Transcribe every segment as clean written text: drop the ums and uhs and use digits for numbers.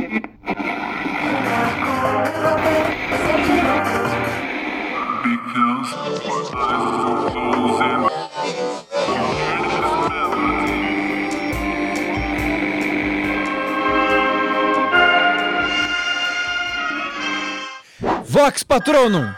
Vox Patronum!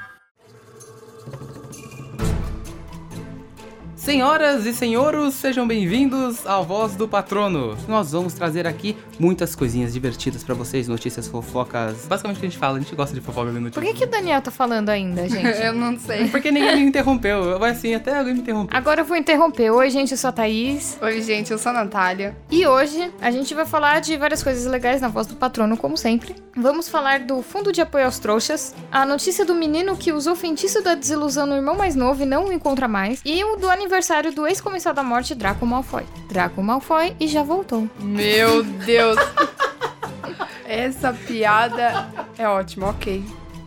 Senhoras e senhores, sejam bem-vindos ao Voz do Patrono. Nós vamos trazer aqui muitas coisinhas divertidas pra vocês, notícias fofocas. Basicamente o que a gente fala, a gente gosta de fofoca de notícias. Por que o Daniel tá falando ainda, gente? Eu não sei. Porque ninguém me interrompeu, vai assim, até alguém me interrompeu. Agora eu vou interromper. Oi, gente, eu sou a Thaís. Oi, gente, eu sou a Natália. E hoje a gente vai falar de várias coisas legais na Voz do Patrono, como sempre. Vamos falar do Fundo de Apoio aos Trouxas, a notícia do menino que usou feitiço da desilusão no irmão mais novo e não o encontra mais, e o do aniversário do ex-comensal da morte, Draco Malfoy. Draco Malfoy e já voltou. Meu Deus. Essa piada é ótima, ok.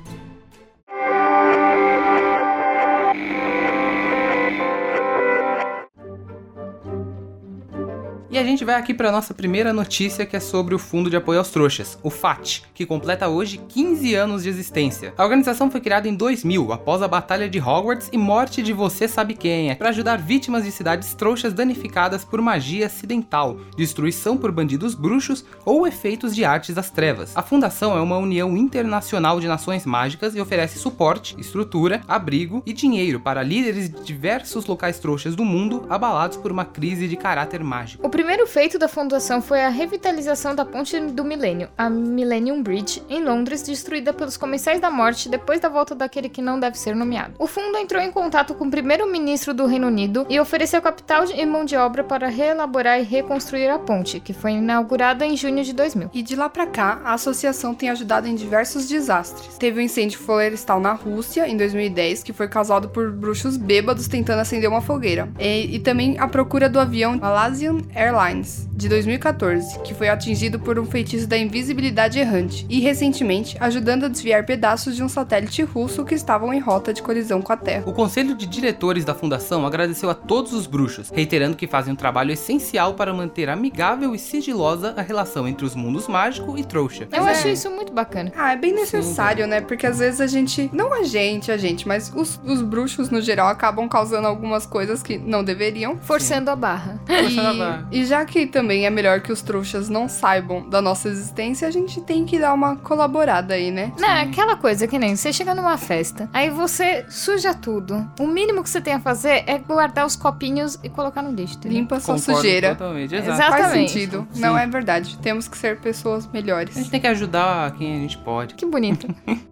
E a gente vai aqui para nossa primeira notícia, que é sobre o Fundo de Apoio aos Trouxas, o FAT, que completa hoje 15 anos de existência. A organização foi criada em 2000, após a Batalha de Hogwarts e morte de você sabe quem, para ajudar vítimas de cidades trouxas danificadas por magia acidental, destruição por bandidos bruxos ou efeitos de artes das trevas. A fundação é uma união internacional de nações mágicas e oferece suporte, estrutura, abrigo e dinheiro para líderes de diversos locais trouxas do mundo abalados por uma crise de caráter mágico. O primeiro feito da fundação foi a revitalização da Ponte do Milênio, a Millennium Bridge, em Londres, destruída pelos Comensais da Morte depois da volta daquele que não deve ser nomeado. O fundo entrou em contato com o primeiro-ministro do Reino Unido e ofereceu capital e mão de obra para reelaborar e reconstruir a ponte, que foi inaugurada em junho de 2000. E de lá pra cá, a associação tem ajudado em diversos desastres. Teve um incêndio florestal na Rússia, em 2010, que foi causado por bruxos bêbados tentando acender uma fogueira. E também a procura do avião Malaysian Airlines, de 2014, que foi atingido por um feitiço da invisibilidade errante, e recentemente ajudando a desviar pedaços de um satélite russo que estavam em rota de colisão com a Terra. O conselho de diretores da fundação agradeceu a todos os bruxos, reiterando que fazem um trabalho essencial para manter amigável e sigilosa a relação entre os mundos mágico e trouxa. Eu acho isso muito bacana. Ah, é bem necessário, né? Porque às vezes a gente, não a gente, mas os bruxos no geral acabam causando algumas coisas que não deveriam. Forçando a barra. E já que também é melhor que os trouxas não saibam da nossa existência, a gente tem que dar uma colaborada aí, né? Não, é aquela coisa que nem você chega numa festa, aí você suja tudo. O mínimo que você tem a fazer é guardar os copinhos e colocar no lixo. Entendeu? Limpa sua sujeira. Totalmente, exato. Exatamente. Faz sentido. Sim. Não é verdade. Temos que ser pessoas melhores. A gente tem que ajudar quem a gente pode. Que bonito.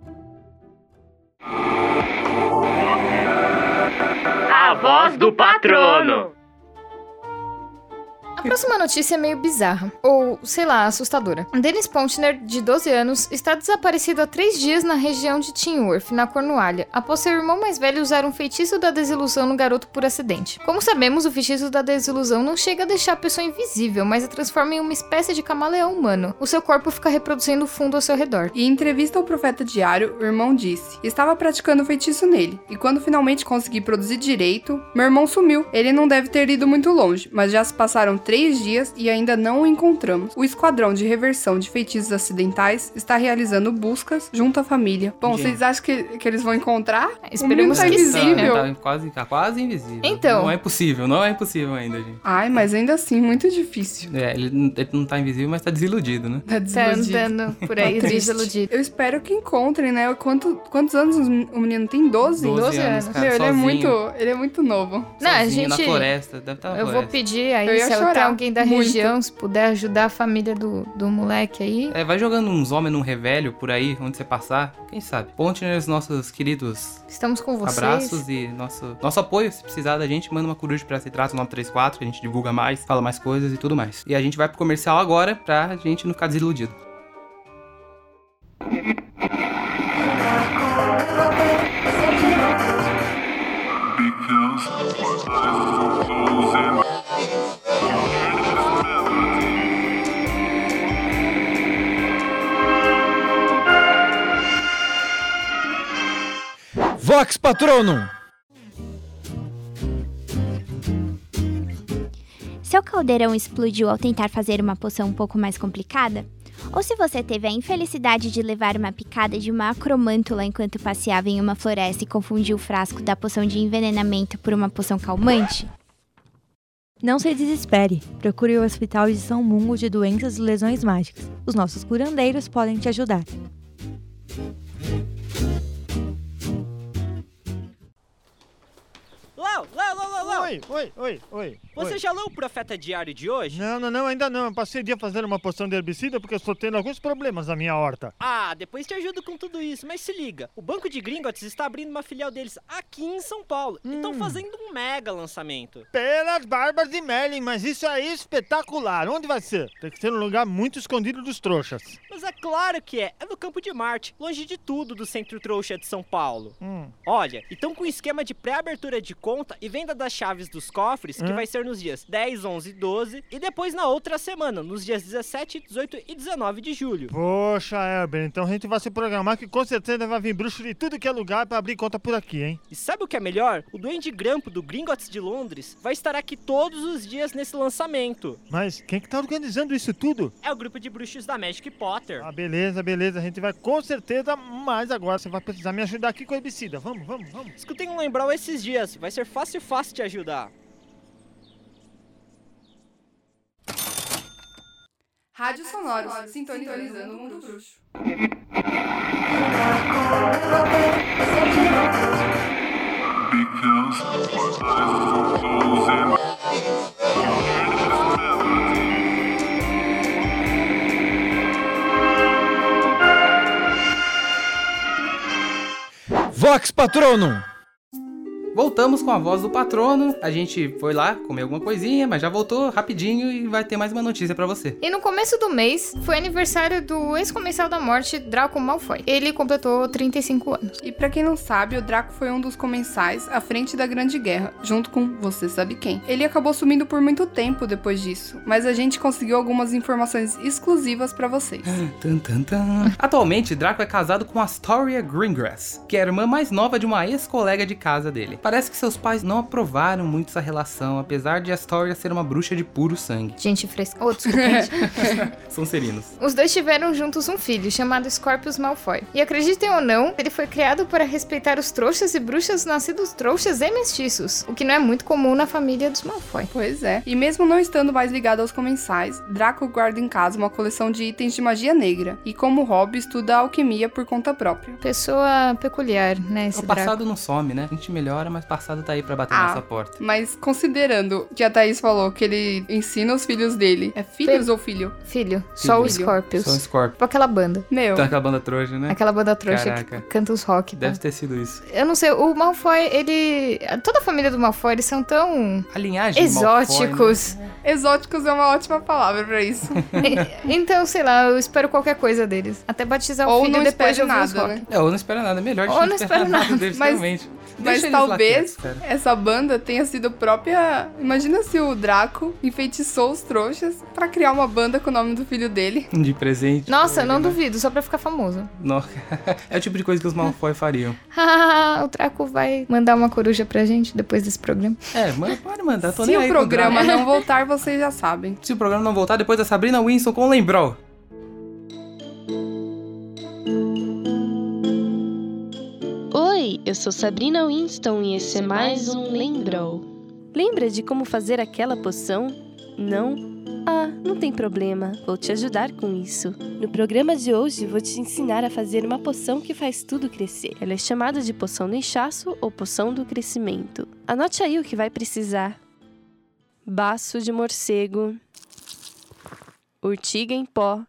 A Voz do Patrono. A próxima notícia é meio bizarra, ou, sei lá, assustadora. Dennis Pontner, de 12 anos, está desaparecido há 3 dias na região de Tinworth, na Cornualha, após seu irmão mais velho usar um feitiço da desilusão no garoto por acidente. Como sabemos, o feitiço da desilusão não chega a deixar a pessoa invisível, mas a transforma em uma espécie de camaleão humano. O seu corpo fica reproduzindo o fundo ao seu redor. E em entrevista ao Profeta Diário, o irmão disse: estava praticando feitiço nele, e quando finalmente consegui produzir direito, meu irmão sumiu. Ele não deve ter ido muito longe, mas já se passaram 3 dias e ainda não o encontramos. O Esquadrão de Reversão de Feitiços Acidentais está realizando buscas junto à família. Bom, Gente. Vocês acham que eles vão encontrar? Esperemos o menino que tá sim, né? invisível. Tá quase invisível. Então. Não é impossível ainda, gente. Ai, mas ainda assim, muito difícil. Ele não tá invisível, mas tá desiludido, né? Tá Tá desiludido. andando por aí, Triste. desiludido. Eu espero que encontrem, né? Quantos anos o menino tem? 12? 12 anos. cara, Meu, sozinho, ele é muito novo. Não, a sozinho na gente... floresta. Deve estar na Eu vou floresta. pedir Eu aí, ia se tem chorar alguém da muito. região, se puder ajudar a família do moleque aí. Vai jogando uns homens num revelho por aí, onde você passar. Quem sabe? Pontner, os nossos queridos Estamos com vocês. abraços e nosso apoio. Se precisar da gente, manda uma coruja pra Citrato 934, que a gente divulga mais, fala mais coisas e tudo mais. E a gente vai pro comercial agora, pra gente não ficar desiludido. Vox Patronum! Seu caldeirão explodiu ao tentar fazer uma poção um pouco mais complicada? Ou se você teve a infelicidade de levar uma picada de uma acromântula enquanto passeava em uma floresta e confundiu o frasco da poção de envenenamento por uma poção calmante. Não se desespere. Procure o Hospital de São Mungo de Doenças e Lesões Mágicas. Os nossos curandeiros podem te ajudar. Lau! Oi. Você já leu o Profeta Diário de hoje? Não, ainda não. Eu passei o dia fazendo uma poção de herbicida porque eu estou tendo alguns problemas na minha horta. Ah, depois te ajudo com tudo isso, mas se liga. O Banco de Gringotts está abrindo uma filial deles aqui em São Paulo. E estão fazendo um mega lançamento. Pelas barbas de Merlin, mas isso aí é espetacular. Onde vai ser? Tem que ser um lugar muito escondido dos trouxas. Mas é claro que é. É no Campo de Marte, longe de tudo do Centro Trouxa de São Paulo. Olha, então com esquema de pré-abertura de conta e venda das chaves dos cofres, que vai ser nos dias 10, 11 e 12, e depois na outra semana, nos dias 17, 18 e 19 de julho. Poxa, Elber, então a gente vai se programar que com certeza vai vir bruxo de tudo que é lugar pra abrir conta por aqui, hein? E sabe o que é melhor? O Duende Grampo do Gringotts de Londres vai estar aqui todos os dias nesse lançamento. Mas quem que tá organizando isso tudo? É o grupo de bruxos da Magic Potter. Ah, beleza. A gente vai com certeza, mas agora você vai precisar me ajudar aqui com o herbicida. Vamos. Escutei um lembral esses dias. Vai ser fácil te ajudar. Rádio Sonoros, sintonizando o mundo bruxo. Vox Patronum! Voltamos com a voz do patrono. A gente foi lá comer alguma coisinha, mas já voltou rapidinho e vai ter mais uma notícia pra você. E no começo do mês, foi aniversário do ex-comensal da morte, Draco Malfoy. Ele completou 35 anos. E pra quem não sabe, o Draco foi um dos comensais à frente da Grande Guerra, junto com você sabe quem. Ele acabou sumindo por muito tempo depois disso, mas a gente conseguiu algumas informações exclusivas pra vocês. Atualmente, Draco é casado com Astoria Greengrass, que é a irmã mais nova de uma ex-colega de casa dele. Parece que seus pais não aprovaram muito essa relação, apesar de Astoria ser uma bruxa de puro sangue. Gente fresca. Oh, desculpa, gente. São serinos. Os dois tiveram juntos um filho, chamado Scorpius Malfoy. E acreditem ou não, ele foi criado para respeitar os trouxas e bruxas nascidos trouxas e mestiços, o que não é muito comum na família dos Malfoy. Pois é. E mesmo não estando mais ligado aos comensais, Draco guarda em casa uma coleção de itens de magia negra. E como hobby, estuda alquimia por conta própria. Pessoa peculiar, né, esse O passado Draco. não some, né? A gente melhora, mas o passado tá aí pra bater nessa porta. Mas considerando que a Thaís falou que ele ensina os filhos dele, é filhos ou filho? Filho. Só o Scorpius. Só o Scorpius. Tipo aquela banda. Meu. Então aquela banda trouxa, né? Aquela banda trouxa Caraca. que canta os rock. Tá? Deve ter sido isso. Eu não sei, o Malfoy, ele... Toda a família do Malfoy, eles são tão... A linhagem exóticos. Malfoy, né? Exóticos é uma ótima palavra pra isso. Então, sei lá, eu espero qualquer coisa deles. Até batizar o Ou filho não depois de espere ouvir os nada, rock. né? É, ou não espera nada. Melhor de Ou não espera nada. deles, Mas- realmente. Mas Deixa eles lá talvez quietos, cara. essa banda tenha sido própria... Imagina se o Draco enfeitiçou os trouxas pra criar uma banda com o nome do filho dele. De presente. Nossa, não né? duvido, só pra ficar famoso. Não. É o tipo de coisa que os Malfoy fariam. O Draco vai mandar uma coruja pra gente depois desse programa. É, mano, pode mandar. Tô Se nem o aí com programa drama. não voltar, vocês já sabem. Se o programa não voltar, depois da Sabrina Winston com o Lembrou. Oi, eu sou Sabrina Winston e esse é mais um Lembrou. Lembra de como fazer aquela poção? Não? Ah, não tem problema, vou te ajudar com isso. No programa de hoje vou te ensinar a fazer uma poção que faz tudo crescer. Ela é chamada de poção do inchaço ou poção do crescimento. Anote aí o que vai precisar. Baço de morcego, urtiga em pó,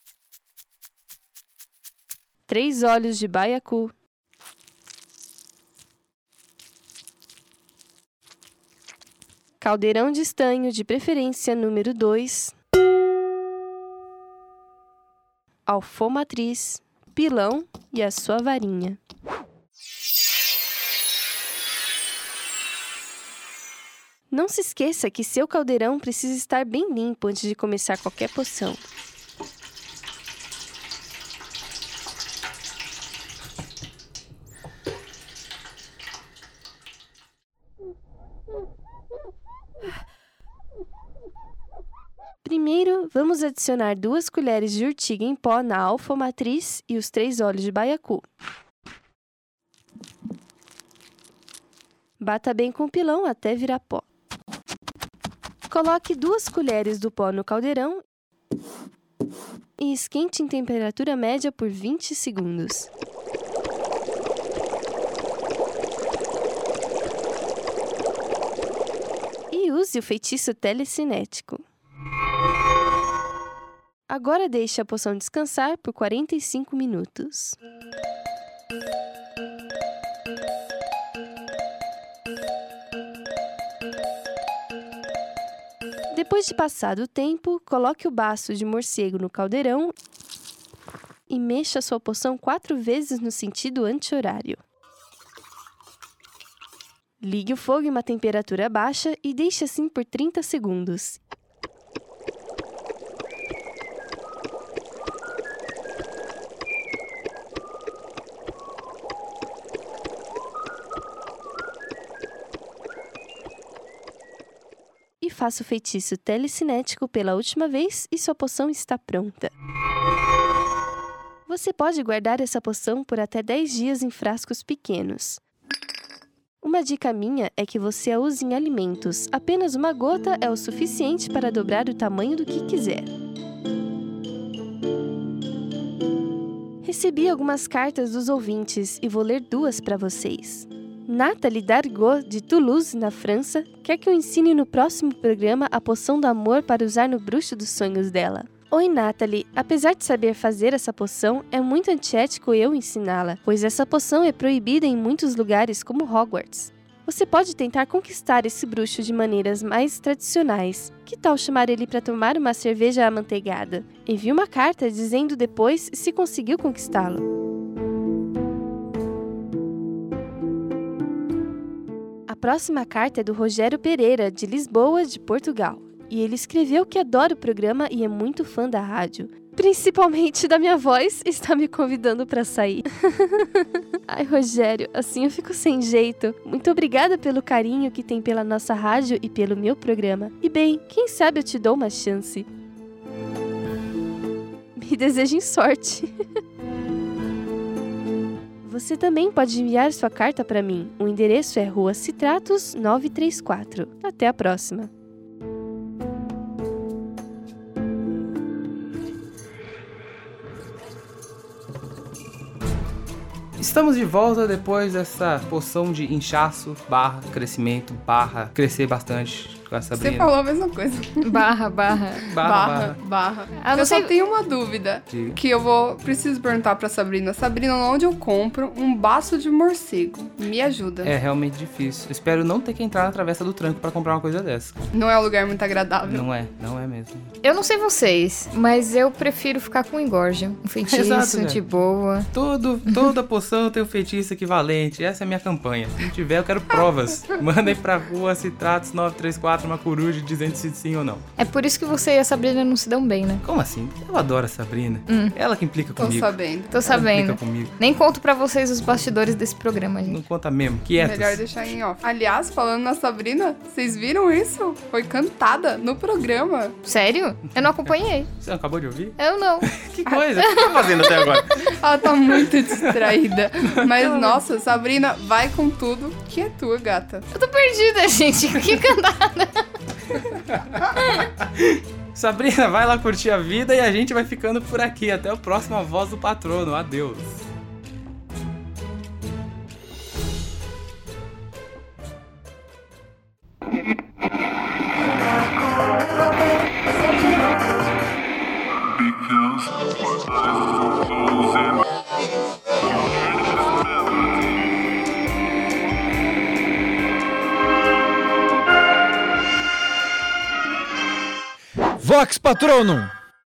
3 olhos de baiacu, caldeirão de estanho, de preferência número 2, alfomatriz, pilão e a sua varinha. Não se esqueça que seu caldeirão precisa estar bem limpo antes de começar qualquer poção. Primeiro, vamos adicionar 2 colheres de urtiga em pó na alfa-matriz e os 3 óleos de baiacu. Bata bem com o pilão até virar pó. Coloque 2 colheres do pó no caldeirão e esquente em temperatura média por 20 segundos. E use o feitiço telecinético. Agora deixe a poção descansar por 45 minutos. Depois de passado o tempo, coloque o baço de morcego no caldeirão e mexa sua poção 4 vezes no sentido anti-horário. Ligue o fogo em uma temperatura baixa e deixe assim por 30 segundos. E faça o feitiço telecinético pela última vez e sua poção está pronta. Você pode guardar essa poção por até 10 dias em frascos pequenos. Uma dica minha é que você a use em alimentos. Apenas uma gota é o suficiente para dobrar o tamanho do que quiser. Recebi algumas cartas dos ouvintes e vou ler 2 para vocês. Nathalie Dargaud, de Toulouse, na França, quer que eu ensine no próximo programa a poção do amor para usar no bruxo dos sonhos dela. Oi, Nathalie. Apesar de saber fazer essa poção, é muito antiético eu ensiná-la, pois essa poção é proibida em muitos lugares como Hogwarts. Você pode tentar conquistar esse bruxo de maneiras mais tradicionais. Que tal chamar ele para tomar uma cerveja amanteigada? Envie uma carta dizendo depois se conseguiu conquistá-lo. A próxima carta é do Rogério Pereira, de Lisboa, de Portugal. E ele escreveu que adora o programa e é muito fã da rádio. Principalmente da minha voz, está me convidando para sair. Ai, Rogério, assim eu fico sem jeito. Muito obrigada pelo carinho que tem pela nossa rádio e pelo meu programa. E bem, quem sabe eu te dou uma chance. Me desejem sorte. Você também pode enviar sua carta para mim. O endereço é Rua Citratos 934. Até a próxima. Estamos de volta depois dessa poção de inchaço, crescimento, crescer bastante com a Sabrina. Você falou a mesma coisa. Barra. Eu só tenho uma dúvida. Diga. Que preciso perguntar pra Sabrina. Sabrina, onde eu compro um baço de morcego? Me ajuda. É realmente difícil. Eu espero não ter que entrar na travessa do tranco pra comprar uma coisa dessa. Não é um lugar muito agradável. Não é mesmo. Eu não sei vocês, mas eu prefiro ficar com engorja. Um feitiço Exato, de boa. Toda poção tem um feitiço equivalente. Essa é a minha campanha. Se não tiver, eu quero provas. Mandem pra Rua Citratos 934 uma coruja dizendo se sim ou não. É por isso que você e a Sabrina não se dão bem, né? Como assim? Eu adoro a Sabrina. Ela que implica Tô comigo. Tô sabendo. Implica comigo. Nem conto pra vocês os bastidores desse programa, gente. Não conta mesmo. Quietos. Melhor deixar em off. Aliás, falando na Sabrina, vocês viram isso? Foi cantada no programa. Sério? Eu não acompanhei. Você não acabou de ouvir? Eu não. Que coisa. O que você tá fazendo até agora? Ela tá muito distraída. Mas, nossa, Sabrina, vai com tudo que é tua, gata. Eu tô perdida, gente. Que cantada. Sabrina, vai lá curtir a vida e a gente vai ficando por aqui. Até o próximo A Voz do Patrono. Adeus. Vox Patronum!